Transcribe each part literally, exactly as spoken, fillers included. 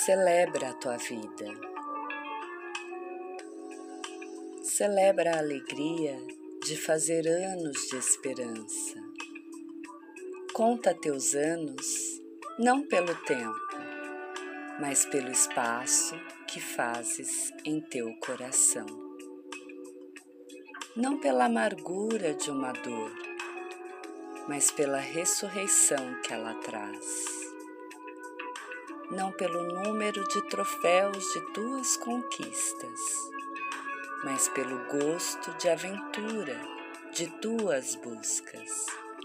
Celebra a tua vida. Celebra a alegria de fazer anos de esperança. Conta teus anos não pelo tempo, mas pelo espaço que fazes em teu coração. Não pela amargura de uma dor, mas pela ressurreição que ela traz. Não pelo número de troféus de tuas conquistas, mas pelo gosto de aventura de tuas buscas.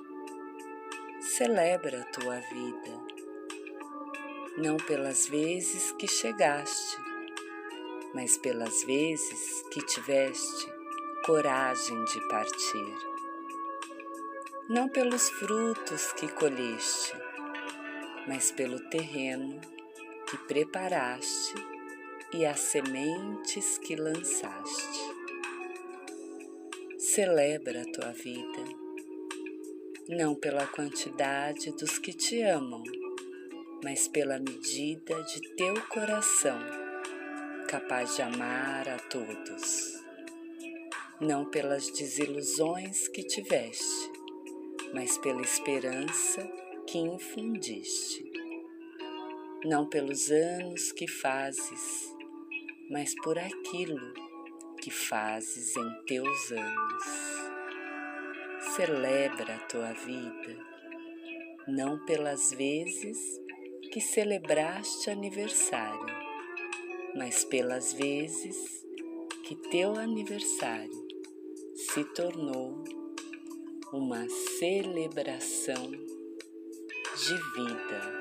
Celebra a tua vida, não pelas vezes que chegaste, mas pelas vezes que tiveste coragem de partir. Não pelos frutos que colheste, mas pelo terreno que preparaste e as sementes que lançaste. Celebra a tua vida, não pela quantidade dos que te amam, mas pela medida de teu coração, capaz de amar a todos. Não pelas desilusões que tiveste, mas pela esperança que infundiste. Não pelos anos que fazes, mas por aquilo que fazes em teus anos. Celebra a tua vida, não pelas vezes que celebraste aniversário, mas pelas vezes que teu aniversário se tornou uma celebração de vida.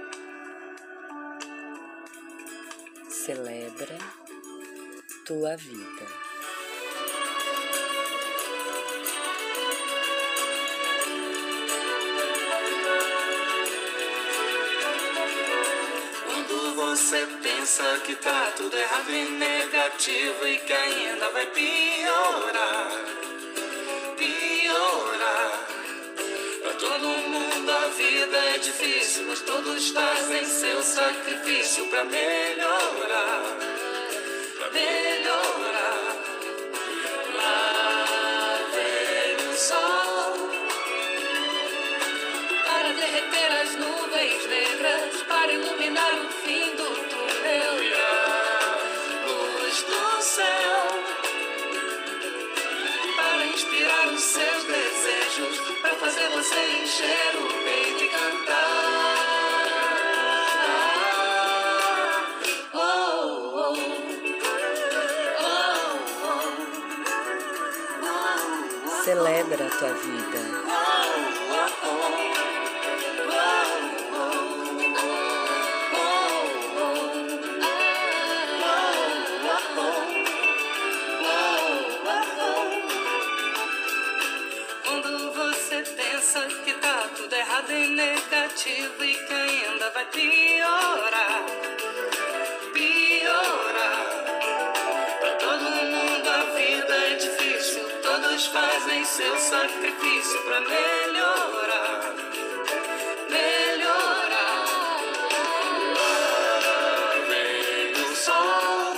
Celebra tua vida. Quando você pensa que tá tudo errado e negativo e que ainda vai piorar, piorar. Pra todo mundo a vida é difícil, mas todos fazem seu sacrifício pra melhorar, pra melhorar. Lá vem o sol para derreter as nuvens negras, para iluminar o fim do túnel e a luz do céu, para inspirar os seus desejos, para fazer você encher o peito e cantar. Oh, oh, oh, oh, oh. Celebra a tua vida. Que tá tudo errado e negativo e que ainda vai piorar, piorar. Pra todo mundo a vida é difícil, todos fazem seu sacrifício pra melhorar, melhorar. Lá vem o sol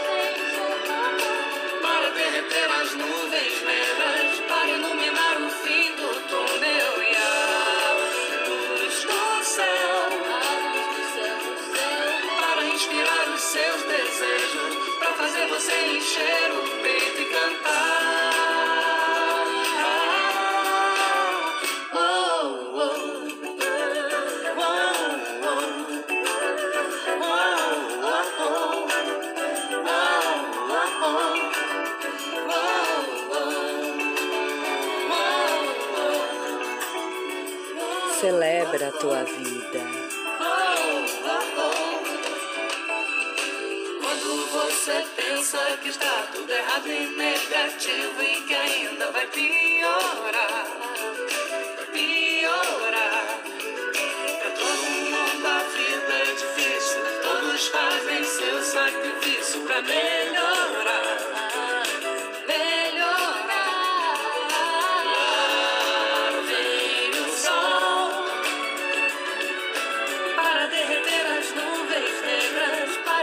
para derreter as nuvens negras, para iluminar o fim do túnel e a luz do céu, para inspirar os seus desejos, para fazer você encher o peito e cantar. Oh, oh, Celebra a tua vida. Quando você pensa que está tudo errado e negativo e que ainda vai piorar, piorar. Pra todo mundo a vida é difícil, todos fazem seu sacrifício pra melhorar, melhorar. Lá vem o sol para derreter as nuvens negras, para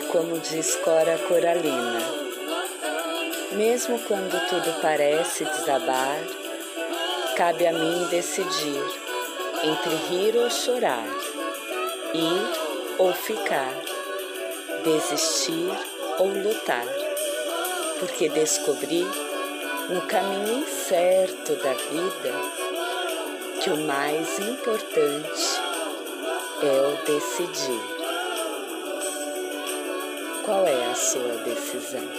como diz Cora Coralina, mesmo quando tudo parece desabar, cabe a mim decidir entre rir ou chorar, ir ou ficar, desistir ou lutar, porque descobri no caminho incerto da vida que o mais importante é o decidir. Qual é a sua decisão?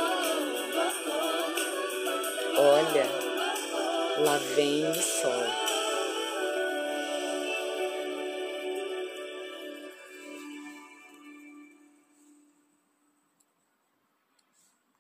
Olha, lá vem o sol.